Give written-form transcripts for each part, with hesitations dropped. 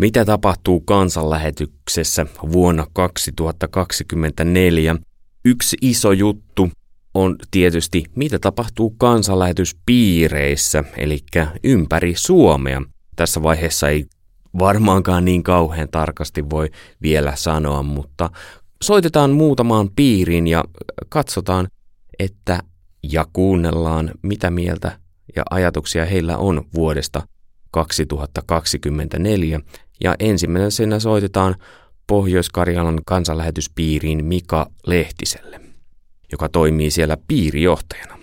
Mitä tapahtuu kansanlähetyksessä vuonna 2024? Yksi iso juttu on tietysti, mitä tapahtuu kansanlähetyspiireissä, eli ympäri Suomea. Tässä vaiheessa ei varmaankaan niin kauhean tarkasti voi vielä sanoa, mutta soitetaan muutamaan piiriin ja katsotaan, ja kuunnellaan, mitä mieltä ja ajatuksia heillä on vuodesta 2024. Ja ensimmäisenä soitetaan Pohjois-Karjalan kansanlähetyspiiriin Mika Lehtiselle, joka toimii siellä piirijohtajana.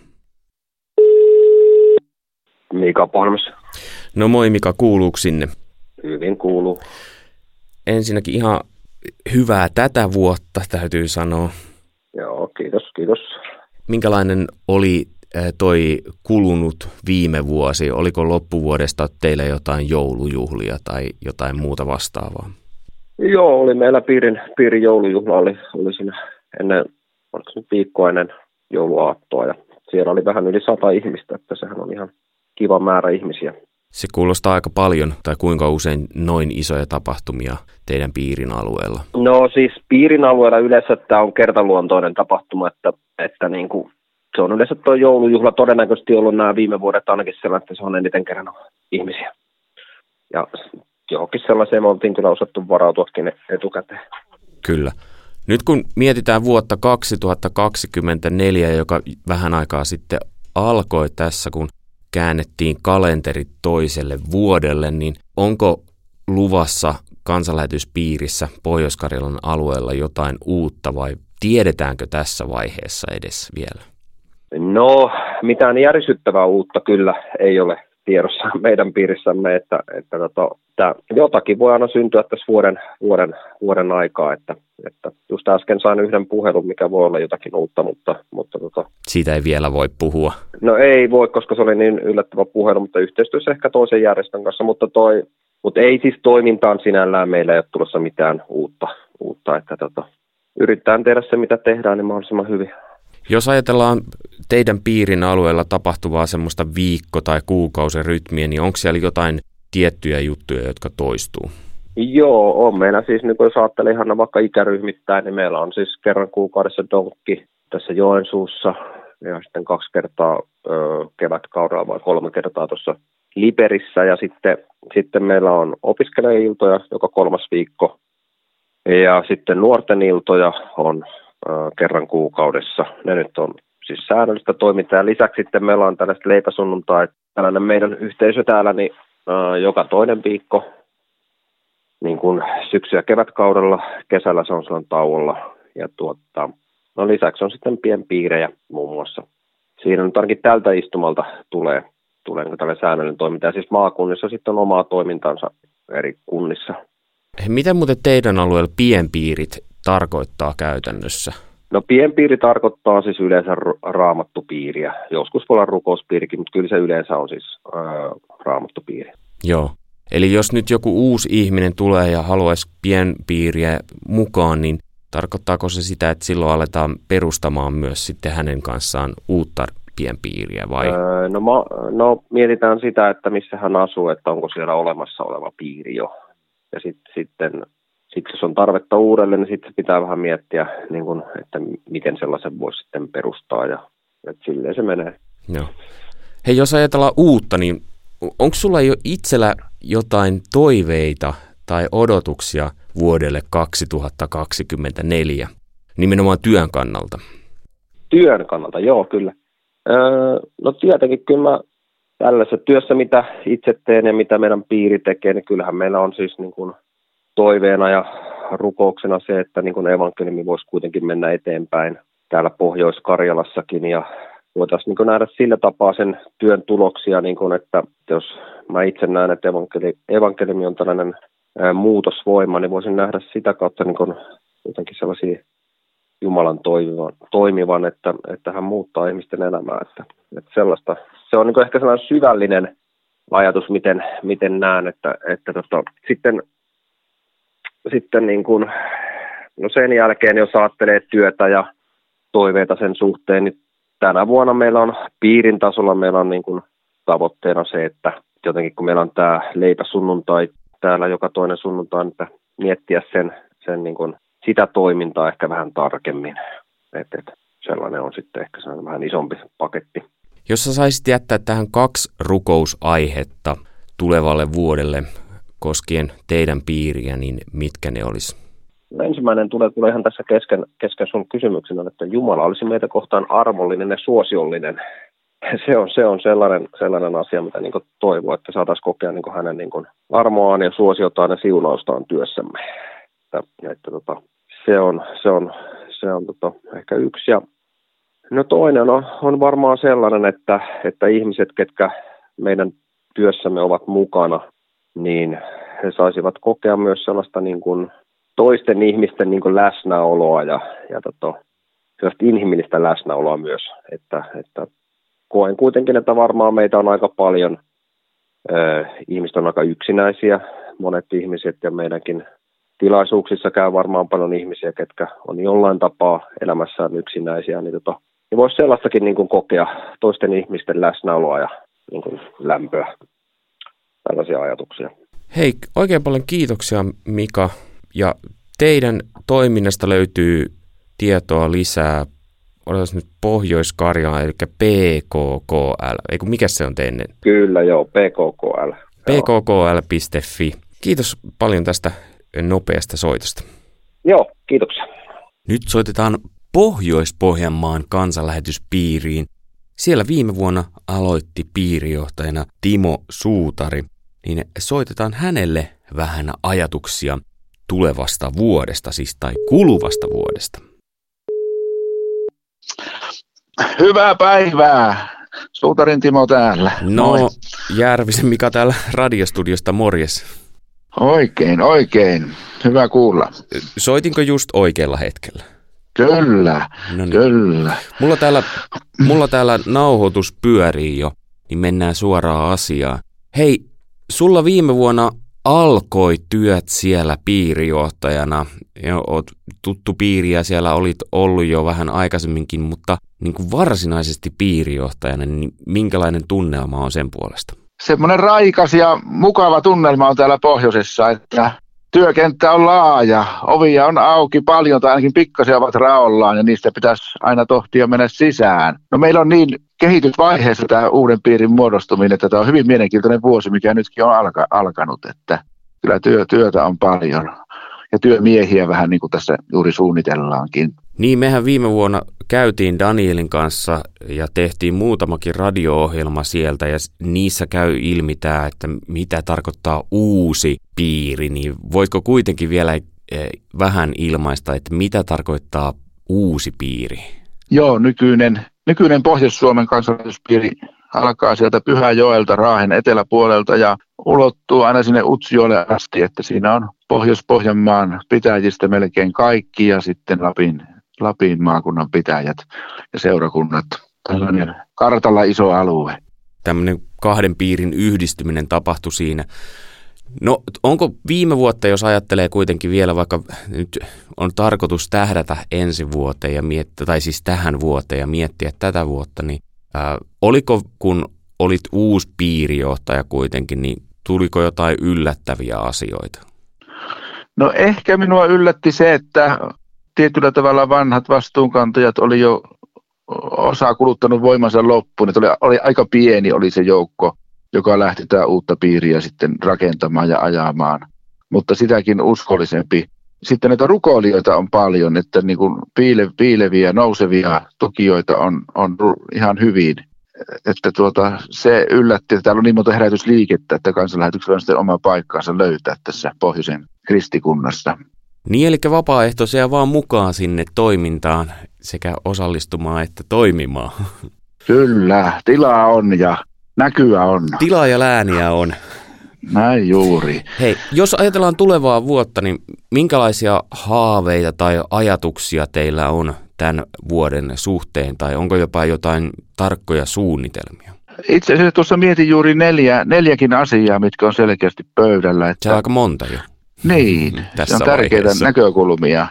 Mika Palmes. No moi Mika, kuuluuko sinne? Hyvin kuuluu. Ensinnäkin ihan hyvää tätä vuotta, täytyy sanoa. Joo, kiitos. Minkälainen oli toi kulunut viime vuosi? Oliko loppuvuodesta teillä jotain joulujuhlia tai jotain muuta vastaavaa? Joo, oli meillä piirin joulujuhla, oli siinä viikkoa ennen jouluaattoa ja siellä oli vähän yli 100 ihmistä, että sehän on ihan kiva määrä ihmisiä. Se kuulostaa aika paljon, tai kuinka usein noin isoja tapahtumia teidän piirin alueella? No siis piirin alueella yleensä tämä on kertaluontoinen tapahtuma, että niin kuin, se on yleensä tuo joulujuhla todennäköisesti ollut nämä viime vuodet ainakin sellainen, että se on eniten kerännyt ihmisiä. Ja johonkin sellaiseen me oltiin kyllä osattu varautuakin etukäteen. Kyllä. Nyt kun mietitään vuotta 2024, joka vähän aikaa sitten alkoi tässä, kun käännettiin kalenterit toiselle vuodelle, niin onko luvassa kansanlähetyspiirissä Pohjois-Karjalan alueella jotain uutta vai tiedetäänkö tässä vaiheessa edes vielä? No, mitään järisyttävää uutta kyllä ei ole tiedossa meidän piirissämme, että jotakin voi aina syntyä tässä vuoden aikaa, että just äsken sain yhden puhelun, mikä voi olla jotakin uutta, mutta siitä ei vielä voi puhua. No ei voi, koska se oli niin yllättävä puhelu, mutta yhteistyössä ehkä toisen järjestön kanssa, mutta ei siis toimintaan sinällään meillä ei ole tulossa mitään uutta että yritetään tehdä se, mitä tehdään, niin mahdollisimman hyvin. Jos ajatellaan teidän piirin alueella tapahtuvaa semmoista viikko- tai kuukausirytmiä, niin onko siellä jotain tiettyjä juttuja, jotka toistuu? Joo, on meillä siis, niin jos ajattelee ihan vaikka ikäryhmittäin, niin meillä on siis kerran kuukaudessa donkki tässä Joensuussa ja sitten 2 kertaa kevätkaudella vai 3 kertaa tuossa Liberissä ja sitten meillä on opiskelijailtoja joka 3. viikko ja sitten nuorten iltoja on kerran kuukaudessa. Ne nyt on siis säännöllistä toimintaa ja lisäksi sitten meillä on tällaista leipäsunnuntai, tällainen meidän yhteisö täällä, niin joka 2. viikko, niin kuin syksy- ja kevätkaudella, kesällä se on silloin tauolla ja lisäksi on sitten pienpiirejä muun muassa. Siinä nyt ainakin tältä istumalta tulee tällainen säännöllinen toiminta ja siis maakunnissa sitten on omaa toimintansa eri kunnissa. Miten muuten teidän alueella pienpiirit tarkoittaa käytännössä? No pienpiiri tarkoittaa siis yleensä raamattupiiriä. Joskus voi olla rukouspiirikin, mutta kyllä se yleensä on siis raamattupiiri. Joo. Eli jos nyt joku uusi ihminen tulee ja haluaisi pienpiiriä mukaan, niin tarkoittaako se sitä, että silloin aletaan perustamaan myös sitten hänen kanssaan uutta pienpiiriä vai? No mietitään sitä, että missä hän asuu, että onko siellä olemassa oleva piiri jo. Ja sitten jos on tarvetta uudelle, niin sitten pitää vähän miettiä, niin kun, että miten sellaisen voisi sitten perustaa ja että silleen se menee. Joo. Hei, jos ajatellaan uutta, niin onko sulla jo itsellä jotain toiveita tai odotuksia vuodelle 2024, nimenomaan työn kannalta? Työn kannalta, joo, kyllä. No tietenkin kyllä mä tällaisessa työssä, mitä itse teen ja mitä meidän piiri tekee, niin kyllähän meillä on siis niin kuin toiveena ja rukouksena se, että niin kuin evankeliumi voisi kuitenkin mennä eteenpäin täällä Pohjois-Karjalassakin ja voitaisiin niin kuin nähdä sillä tapaa sen työn tuloksia, niin kuin, että jos mä itse näen, että evankeliumi on tällainen muutosvoima, niin voisin nähdä sitä kautta niin kuin jotenkin sellaisia Jumalan toimivan, että hän muuttaa ihmisten elämää. Että sellaista, se on niin kuin ehkä sellainen syvällinen ajatus, miten näen, että sitten niin kuin, no sen jälkeen, jos ajattelee työtä ja toiveita sen suhteen, niin tänä vuonna meillä on piirin tasolla meillä on niin kuin tavoitteena se, että jotenkin kun meillä on tämä leipäsunnuntai täällä joka toinen sunnuntai, että miettiä sen niin kuin sitä toimintaa ehkä vähän tarkemmin. Et sellainen on sitten ehkä sellainen vähän isompi paketti. Jos sä saisit jättää tähän 2 rukousaihetta tulevalle vuodelle koskien teidän piiriä, niin mitkä ne olisi? Ensimmäinen tulee ihan tässä kesken sun kysymyksenä, että Jumala olisi meitä kohtaan armollinen ja suosiollinen. Se on sellainen asia, mitä niin kuin toivoo, että saataisiin kokea niin kuin hänen niin kuin armoaan ja suosiotaan ja siunaustaan työssämme. Se on ehkä yksi. Ja no toinen on varmaan sellainen, että ihmiset, ketkä meidän työssämme ovat mukana, niin he saisivat kokea myös sellaista niin kuin toisten ihmisten niin kuin läsnäoloa ja sellaista inhimillistä läsnäoloa myös, että koen kuitenkin, että varmaan meitä on aika paljon, ihmiset on aika yksinäisiä, monet ihmiset ja meidänkin tilaisuuksissa käy varmaan paljon ihmisiä, ketkä on jollain tapaa elämässään yksinäisiä, niin voisi sellaistakin niin kuin kokea toisten ihmisten läsnäoloa ja niin kuin lämpöä, tällaisia ajatuksia. Hei, oikein paljon kiitoksia Mika, ja teidän toiminnasta löytyy tietoa lisää. Odotas nyt Pohjois-Karjala, eli PKKL. Eiku, mikä se on teidän? Kyllä joo, PKKL. PKKL.fi. Kiitos paljon tästä nopeasta soitosta. Joo, kiitoksia. Nyt soitetaan Pohjois-Pohjanmaan kansanlähetyspiiriin. Siellä viime vuonna aloitti piirijohtajana Timo Suutari. Niin soitetaan hänelle vähän ajatuksia tulevasta vuodesta, siis tai kuluvasta vuodesta. Hyvää päivää. Suutarin Timo täällä. No, moi. Järvisen Mika täällä radiostudiosta, morjes. Oikein. Hyvä kuulla. Soitinko just oikealla hetkellä? Kyllä, no niin. Kyllä. Mulla täällä nauhoitus pyörii jo, niin mennään suoraan asiaan. Hei, sulla viime vuonna alkoi työt siellä piirijohtajana. Oot tuttu piiri ja siellä olit ollut jo vähän aikaisemminkin, mutta niin kuin varsinaisesti piirijohtajana, niin minkälainen tunnelma on sen puolesta? Semmoinen raikas ja mukava tunnelma on täällä pohjoisessa, että työkenttä on laaja, ovia on auki paljon tai ainakin pikkasen ovat raollaan ja niistä pitäisi aina tohtia mennä sisään. No meillä on niin kehitysvaiheessa tämä uuden piirin muodostuminen, että tämä on hyvin mielenkiintoinen vuosi, mikä nytkin on alkanut, että kyllä työtä on paljon ja työmiehiä vähän niin kuin tässä juuri suunnitellaankin. Niin, mehän viime vuonna käytiin Danielin kanssa ja tehtiin muutamakin radio-ohjelma sieltä ja niissä käy ilmi tämä, että mitä tarkoittaa uusi piiri, niin voitko kuitenkin vielä vähän ilmaista, että mitä tarkoittaa uusi piiri? Joo, nykyinen Pohjois-Suomen kansallispiiri alkaa sieltä Pyhäjoelta Raahen eteläpuolelta ja ulottuu aina sinne Utsjoelle asti, että siinä on Pohjois-Pohjanmaan pitäjistä melkein kaikki ja sitten Lapin maakunnan pitäjät ja seurakunnat. Tällainen kartalla iso alue. Tämmöinen 2 piirin yhdistyminen tapahtui siinä. No onko viime vuotta, jos ajattelee kuitenkin vielä, vaikka nyt on tarkoitus tähdätä ensi vuoteen ja miettiä, tai siis tähän vuoteen ja miettiä tätä vuotta, niin oliko kun olit uusi piirijohtaja kuitenkin, niin tuliko jotain yllättäviä asioita? No ehkä minua yllätti se, että tietyllä tavalla vanhat vastuunkantajat oli jo osa kuluttanut voimansa loppuun. Että oli aika pieni oli se joukko, joka lähti tämä uutta piiriä sitten rakentamaan ja ajamaan. Mutta sitäkin uskollisempi. Sitten näitä rukoilijoita on paljon, että niin kuin piileviä, nousevia tukijoita on ihan hyvin. Että se yllätti, että täällä on niin monta herätysliikettä, että kansanlähetyksellä on sitten oma paikkaansa löytää tässä pohjoisen kristikunnassa. Niin, eli vapaaehtoisia vaan mukaan sinne toimintaan sekä osallistumaan että toimimaan. Kyllä, tilaa on ja näkyä on. Tilaa ja lääniä on. Näin juuri. Hei, jos ajatellaan tulevaa vuotta, niin minkälaisia haaveita tai ajatuksia teillä on tämän vuoden suhteen, tai onko jopa jotain tarkkoja suunnitelmia? Itse asiassa tuossa mietin juuri neljäkin asiaa, mitkä on selkeästi pöydällä. Että... Se on aika monta jo. Niin, se on tärkeitä näkökulmia,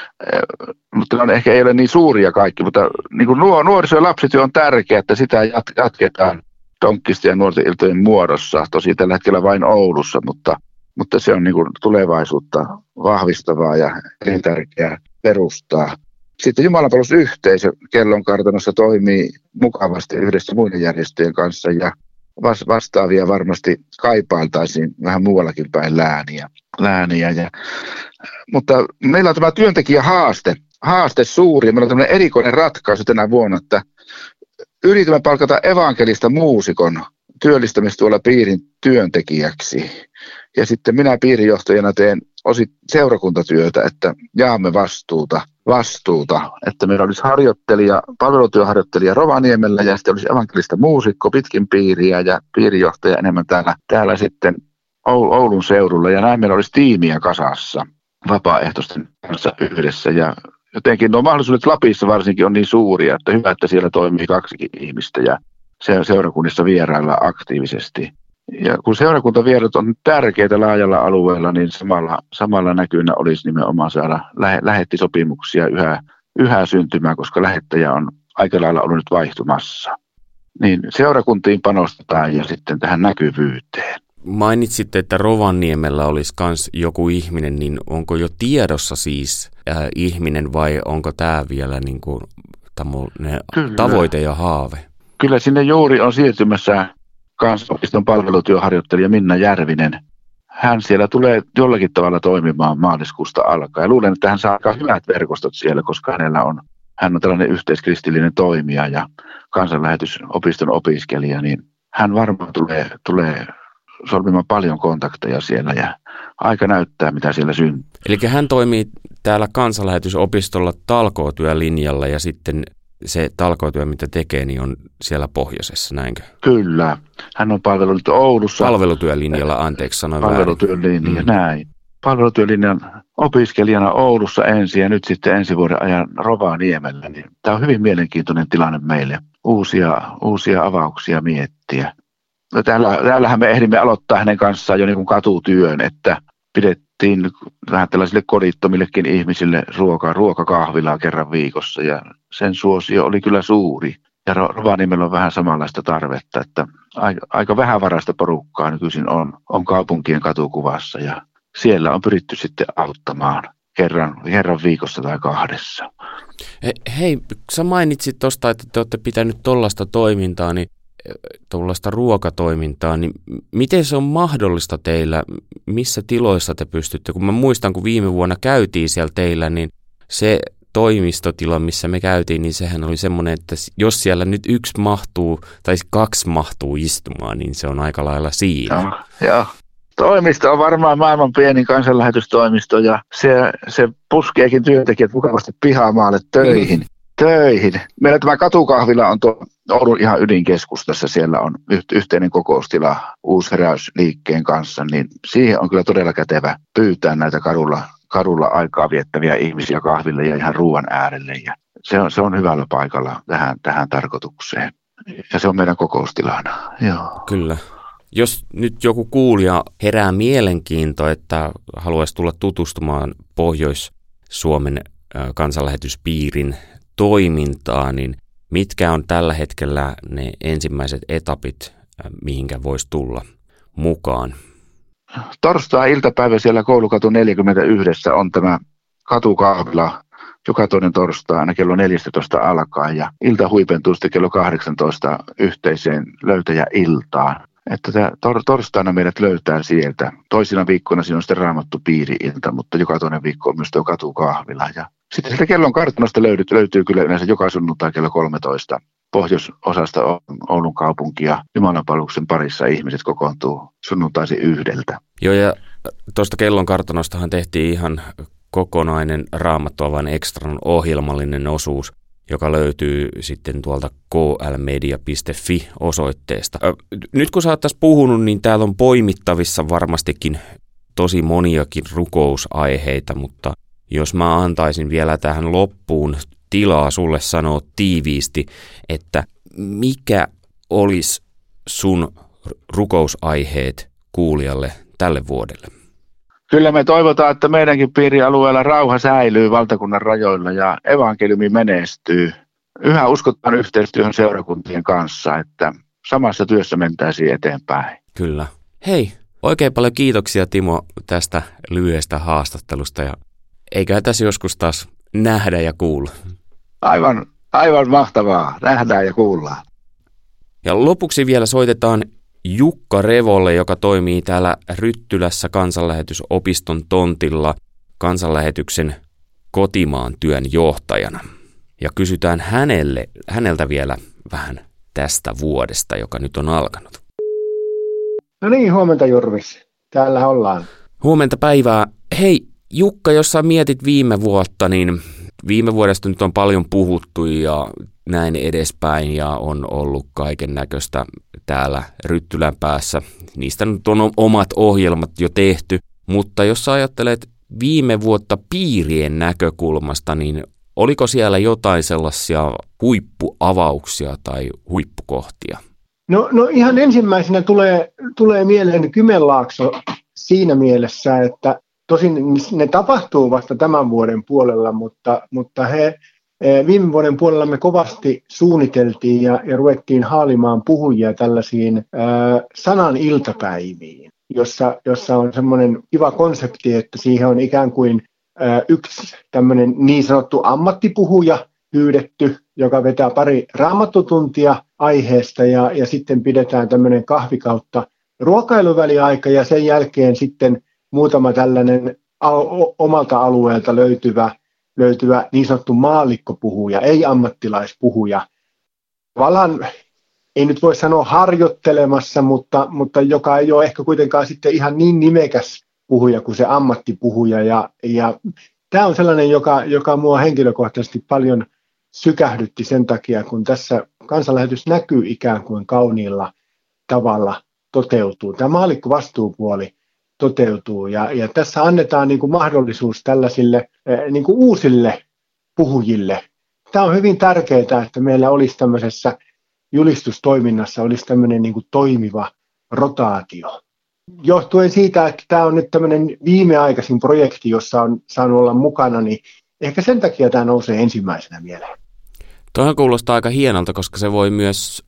mutta ne ehkä ei ole niin suuria kaikki, mutta niin kuin nuoriso- ja lapsityö on tärkeää, että sitä jatketaan Donkkisten ja nuorten iltojen muodossa, tosi tällä hetkellä vain Oulussa, mutta mutta se on niin kuin tulevaisuutta vahvistavaa ja elintärkeää perustaa. Sitten jumalanpalvelusyhteisö Kellonkartanossa toimii mukavasti yhdessä muiden järjestöjen kanssa ja vastaavia varmasti kaipailtaisiin vähän muuallakin päin lääniä. Mutta meillä on tämä työntekijähaaste suuri. Meillä on tämmöinen erikoinen ratkaisu tänä vuonna, että yritämme palkata evankelista muusikon työllistämistä tuolla piirin työntekijäksi. Ja sitten minä piirinjohtajana teen seurakuntatyötä, että jaamme vastuuta, että meillä olisi palvelutyöharjoittelija Rovaniemellä ja sitten olisi evankelista muusikko pitkin piiriä ja piirinjohtaja enemmän täällä sitten Oulun seudulla. Ja näin meillä olisi tiimiä kasassa vapaaehtoisten kanssa yhdessä ja jotenkin nuo mahdollisuudet Lapissa varsinkin on niin suuria, että hyvä, että siellä toimii 2 ihmistä ja seurakunnissa vieraillaan aktiivisesti. Ja kun seurakuntavierat on tärkeitä laajalla alueella, niin samalla näkynä olisi nimenomaan saada lähettisopimuksia yhä syntymään, koska lähettäjä on aika lailla ollut nyt vaihtumassa. Niin seurakuntiin panostetaan ja sitten tähän näkyvyyteen. Mainitsitte, että Rovaniemellä olisi myös joku ihminen, niin onko jo tiedossa siis ihminen vai onko tämä vielä niin kuin tavoite ja haave? Kyllä sinne juuri on siirtymässä Kansallisopiston palvelutyöharjoittelija Minna Järvinen. Hän siellä tulee jollakin tavalla toimimaan maaliskuusta alkaen. Ja luulen, että hän saa aika hyvät verkostot siellä, koska hän on tällainen yhteiskristillinen toimija ja kansanlähetysopiston opiskelija, niin hän varmaan tulee solmimaan paljon kontakteja siellä ja aika näyttää, mitä siellä syntyy. Eli hän toimii täällä kansanlähetysopistolla talkootyölinjalla ja sitten se talkootyö, mitä tekee, niin on siellä pohjoisessa, näinkö? Kyllä. Hän on palvellut Oulussa. Palvelutyölinjalla, anteeksi sanoin väärin. Palvelutyölinja, näin. Palvelutyölinjan opiskelijana Oulussa ensin ja nyt sitten ensi vuoden ajan Rovaniemellä. Niin tämä on hyvin mielenkiintoinen tilanne meille. Uusia avauksia miettiä. No täällähän me ehdimme aloittaa hänen kanssaan jo niin kuin katutyön, että pidettiin vähän tällaisille kodittomillekin ihmisille ruokakahvilaa kerran viikossa ja sen suosio oli kyllä suuri. Ja Rovaniemellä on vähän samanlaista tarvetta, että aika vähävaraista porukkaa nykyisin on kaupunkien katukuvassa ja siellä on pyritty sitten auttamaan kerran viikossa tai 2. Hei, sä mainitsit tuosta, että te olette pitänyt tuollaista toimintaa, niin tuollaista ruokatoimintaa, niin miten se on mahdollista teillä? Missä tiloissa te pystytte? Kun mä muistan, kun viime vuonna käytiin siellä teillä, niin se toimistotila, missä me käytiin, niin sehän oli semmoinen, että jos siellä nyt 1 mahtuu tai 2 mahtuu istumaan, niin se on aika lailla siinä. Joo. Toimisto on varmaan maailman pienin kansanlähetystoimisto ja se puskeekin työntekijät mukavasti pihamaalle töihin. Meillä tämä katukahvila on Oulun ihan ydinkeskustassa. Siellä on yhteinen kokoustila Uusheräysliikkeen kanssa, niin siihen on kyllä todella kätevä pyytää näitä kadulla aikaa viettäviä ihmisiä kahville ja ihan ruoan äärelle. Ja se on hyvällä paikalla tähän tarkoitukseen. Ja se on meidän kokoustilana. Joo. Kyllä. Jos nyt joku kuulija herää mielenkiinto, että haluaisi tulla tutustumaan Pohjois-Suomen kansanlähetyspiirin toimintaa, niin mitkä on tällä hetkellä ne ensimmäiset etapit, mihinkä voisi tulla mukaan? Torstai-iltapäivä siellä Koulukatu 41 on tämä katukahvila joka toinen torstai aina kello 14 alkaen ja ilta huipentuu sitten kello 18 yhteiseen löytäjäiltaan. Että torstaina meidät löytää sieltä. Toisina viikkoina siinä on sitten Raamattu piiri-ilta, mutta joka toinen viikko on myös tuo katukahvila. Ja sitten sieltä Kellonkartanosta löytyy kyllä yleensä joka sunnuntai kello 13. Pohjoisosasta Oulun kaupunkia jumalanpalveluksen parissa ihmiset kokoontuu sunnuntaisin 1. Joo, ja tuosta Kellonkartanostahan tehtiin ihan kokonainen Raamattua vain ekstran ohjelmallinen osuus, joka löytyy sitten tuolta klmedia.fi-osoitteesta. Nyt kun sä oot tässä puhunut, niin täällä on poimittavissa varmastikin tosi moniakin rukousaiheita, mutta jos mä antaisin vielä tähän loppuun tilaa sulle sanoa tiiviisti, että mikä olisi sun rukousaiheet kuulijalle tälle vuodelle? Kyllä me toivotaan, että meidänkin piirialueella rauha säilyy valtakunnan rajoilla ja evankeliumi menestyy. Yhä uskotaan yhteistyöhön seurakuntien kanssa, että samassa työssä mentäisiin eteenpäin. Kyllä. Hei, Oikein paljon kiitoksia Timo tästä lyhyestä haastattelusta ja eiköhän tässä joskus taas nähdä ja kuulla. Aivan mahtavaa. Nähdään ja kuullaan. Ja lopuksi vielä soitetaan Jukka Revolle, joka toimii täällä Ryttylässä kansanlähetysopiston tontilla kansanlähetyksen kotimaan työn johtajana. Ja kysytään häneltä vielä vähän tästä vuodesta, joka nyt on alkanut. No niin, huomenta Jurvis. Täällä ollaan. Huomenta päivää. Hei Jukka, jos sä mietit viime vuotta, niin viime vuodesta nyt on paljon puhuttu ja näin edespäin ja on ollut kaiken näköistä täällä Ryttylän päässä. Niistä nyt on omat ohjelmat jo tehty, mutta jos sä ajattelet viime vuotta piirien näkökulmasta, niin oliko siellä jotain sellaisia huippuavauksia tai huippukohtia? No ihan ensimmäisenä tulee mieleen Kymenlaakso siinä mielessä, että tosin ne tapahtuu vasta tämän vuoden puolella, mutta viime vuoden puolella me kovasti suunniteltiin ja ruvettiin haalimaan puhujia tällaisiin sanan iltapäiviin, jossa on semmoinen kiva konsepti, että siihen on ikään kuin yksi tämmöinen niin sanottu ammattipuhuja pyydetty, joka vetää pari raamattutuntia aiheesta ja sitten pidetään tämmöinen kahvikautta ruokailuväliaika ja sen jälkeen sitten muutama tällainen omalta alueelta löytyvä niin sanottu maallikkopuhuja, ei ammattilaispuhuja. Tavallaan ei nyt voi sanoa harjoittelemassa, mutta joka ei ole ehkä kuitenkaan sitten ihan niin nimekäs puhuja kuin se ammattipuhuja. Ja tämä on sellainen, joka mua henkilökohtaisesti paljon sykähdytti sen takia, kun tässä kansanlähetys näkyy ikään kuin kauniilla tavalla toteutuu. Tämä maallikkovastuupuoli toteutuu ja tässä annetaan niin kuin mahdollisuus tällaisille niin kuin uusille puhujille. Tämä on hyvin tärkeää, että meillä olisi tämmöisessä julistustoiminnassa olisi tämmöinen niin kuin toimiva rotaatio. Johtuen siitä, että tämä on nyt tämmöinen viimeaikaisin projekti, jossa on saanut olla mukana, niin ehkä sen takia tämä nousee ensimmäisenä mieleen. Tuohan kuulostaa aika hienolta, koska se voi myös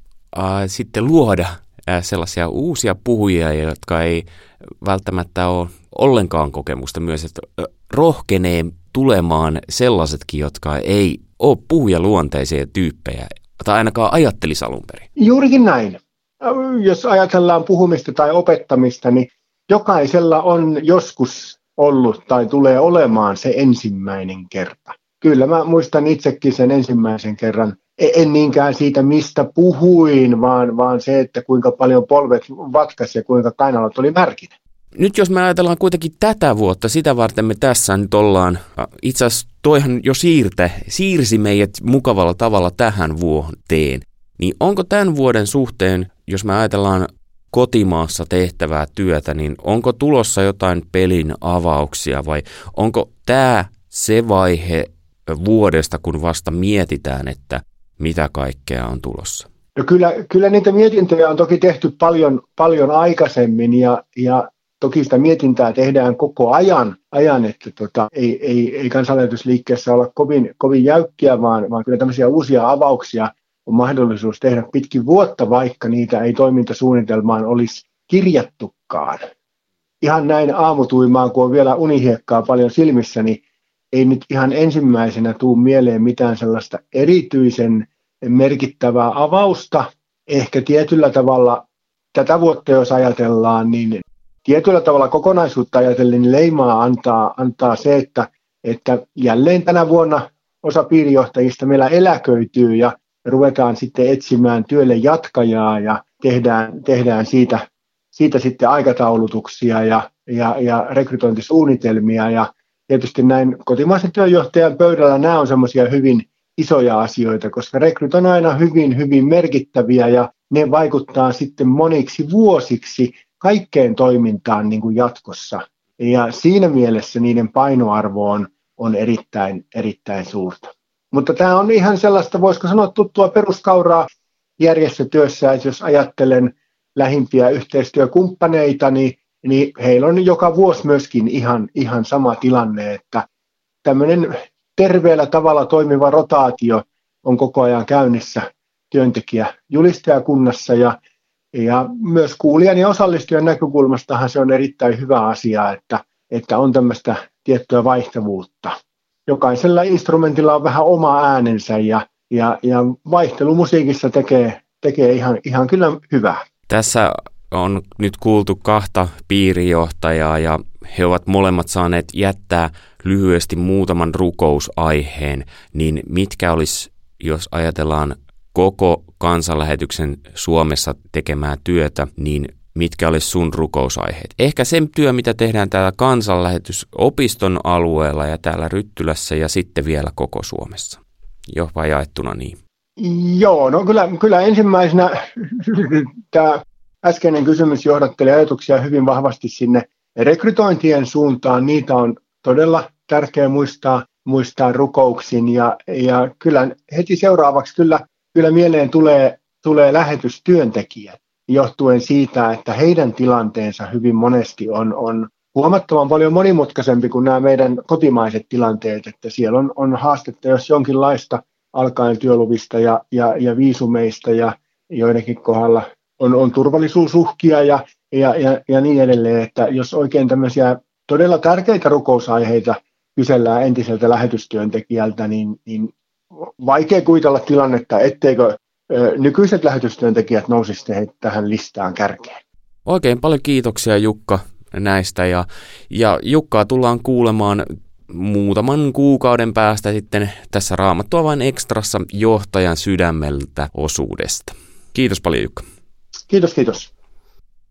sitten luoda sellaisia uusia puhujia, jotka ei välttämättä ole ollenkaan kokemusta myös, että rohkenee tulemaan sellaisetkin, jotka ei ole puhujaluonteisia tyyppejä, tai ainakaan ajattelisi alun perin. Juurikin näin. Jos ajatellaan puhumista tai opettamista, niin jokaisella on joskus ollut tai tulee olemaan se ensimmäinen kerta. Kyllä mä muistan itsekin sen ensimmäisen kerran. En niinkään siitä, mistä puhuin, vaan se, että kuinka paljon polvet vatkasi ja kuinka kainalot oli märkinä. Nyt jos me ajatellaan kuitenkin tätä vuotta, sitä varten me tässä nyt ollaan. Itse asiassa toihan jo siirsi meidät mukavalla tavalla tähän vuoteen. Niin onko tämän vuoden suhteen, jos me ajatellaan kotimaassa tehtävää työtä, niin onko tulossa jotain pelin avauksia vai onko tämä se vaihe vuodesta, kun vasta mietitään, että mitä kaikkea on tulossa? No kyllä niitä mietintöjä on toki tehty paljon aikaisemmin ja toki sitä mietintää tehdään koko ajan että ei kansanlähetysliikkeessä olla kovin jäykkiä, vaan kyllä tämmöisiä uusia avauksia on mahdollisuus tehdä pitkin vuotta, vaikka niitä ei toimintasuunnitelmaan olisi kirjattukaan. Ihan näin aamutuimaan, kun on vielä unihiekkaa paljon silmissä, niin ei nyt ihan ensimmäisenä tule mieleen mitään sellaista erityisen merkittävää avausta. Ehkä tietyllä tavalla tätä vuotta, jos ajatellaan, niin tietyllä tavalla kokonaisuutta ajatellen niin leimaa antaa se, että jälleen tänä vuonna osa piirijohtajista meillä eläköityy ja ruvetaan sitten etsimään työlle jatkajaa ja tehdään siitä sitten aikataulutuksia ja rekrytointisuunnitelmia ja tietysti näin kotimaisen työjohtajan pöydällä nämä on semmoisia hyvin isoja asioita, koska rekryt on aina hyvin, hyvin merkittäviä ja ne vaikuttaa sitten moniksi vuosiksi kaikkeen toimintaan niin kuin jatkossa. Ja siinä mielessä niiden painoarvo on erittäin, erittäin suurta. Mutta tämä on ihan sellaista, voisiko sanoa, tuttua peruskauraa järjestötyössä, että jos ajattelen lähimpiä yhteistyökumppaneita, niin heillä on joka vuosi myöskin ihan sama tilanne, että tämmöinen terveellä tavalla toimiva rotaatio on koko ajan käynnissä työntekijäjulistajakunnassa ja Ja myös kuulijan ja osallistujan näkökulmastahan se on erittäin hyvä asia, että on tämmöistä tiettyä vaihtavuutta. Jokaisella instrumentilla on vähän oma äänensä ja vaihtelu musiikissa tekee ihan kyllä hyvää. Tässä on nyt kuultu 2 piirijohtajaa ja he ovat molemmat saaneet jättää lyhyesti muutaman rukousaiheen, niin mitkä olisi, jos ajatellaan koko kansanlähetyksen Suomessa tekemää työtä, niin mitkä olisi sun rukousaiheet? Ehkä se työ, mitä tehdään täällä kansanlähetysopiston alueella ja täällä Ryttylässä ja sitten vielä koko Suomessa, jopa jaettuna niin. Joo, no kyllä ensimmäisenä tämä äskeinen kysymys johdatteli ajatuksia hyvin vahvasti sinne rekrytointien suuntaan. Niitä on todella tärkeää muistaa rukouksin ja kyllä heti seuraavaksi kyllä mieleen tulee lähetystyöntekijät johtuen siitä, että heidän tilanteensa hyvin monesti on huomattavan paljon monimutkaisempi kuin nämä meidän kotimaiset tilanteet, että siellä on haastetta jos jonkinlaista alkaen työluvista ja viisumeista ja joidenkin kohdalla on turvallisuusuhkia ja niin edelleen, että jos oikein tämmöisiä todella tärkeitä rukousaiheita kysellään entiseltä lähetystyöntekijältä, niin vaikea kuvitella tilannetta, etteikö nykyiset lähetystyöntekijät nousisi tähän listaan kärkeen. Oikein paljon kiitoksia Jukka näistä ja Jukkaa tullaan kuulemaan muutaman kuukauden päästä sitten tässä Raamattua vain ekstrassa johtajan sydämeltä -osuudesta. Kiitos paljon Jukka. Kiitos.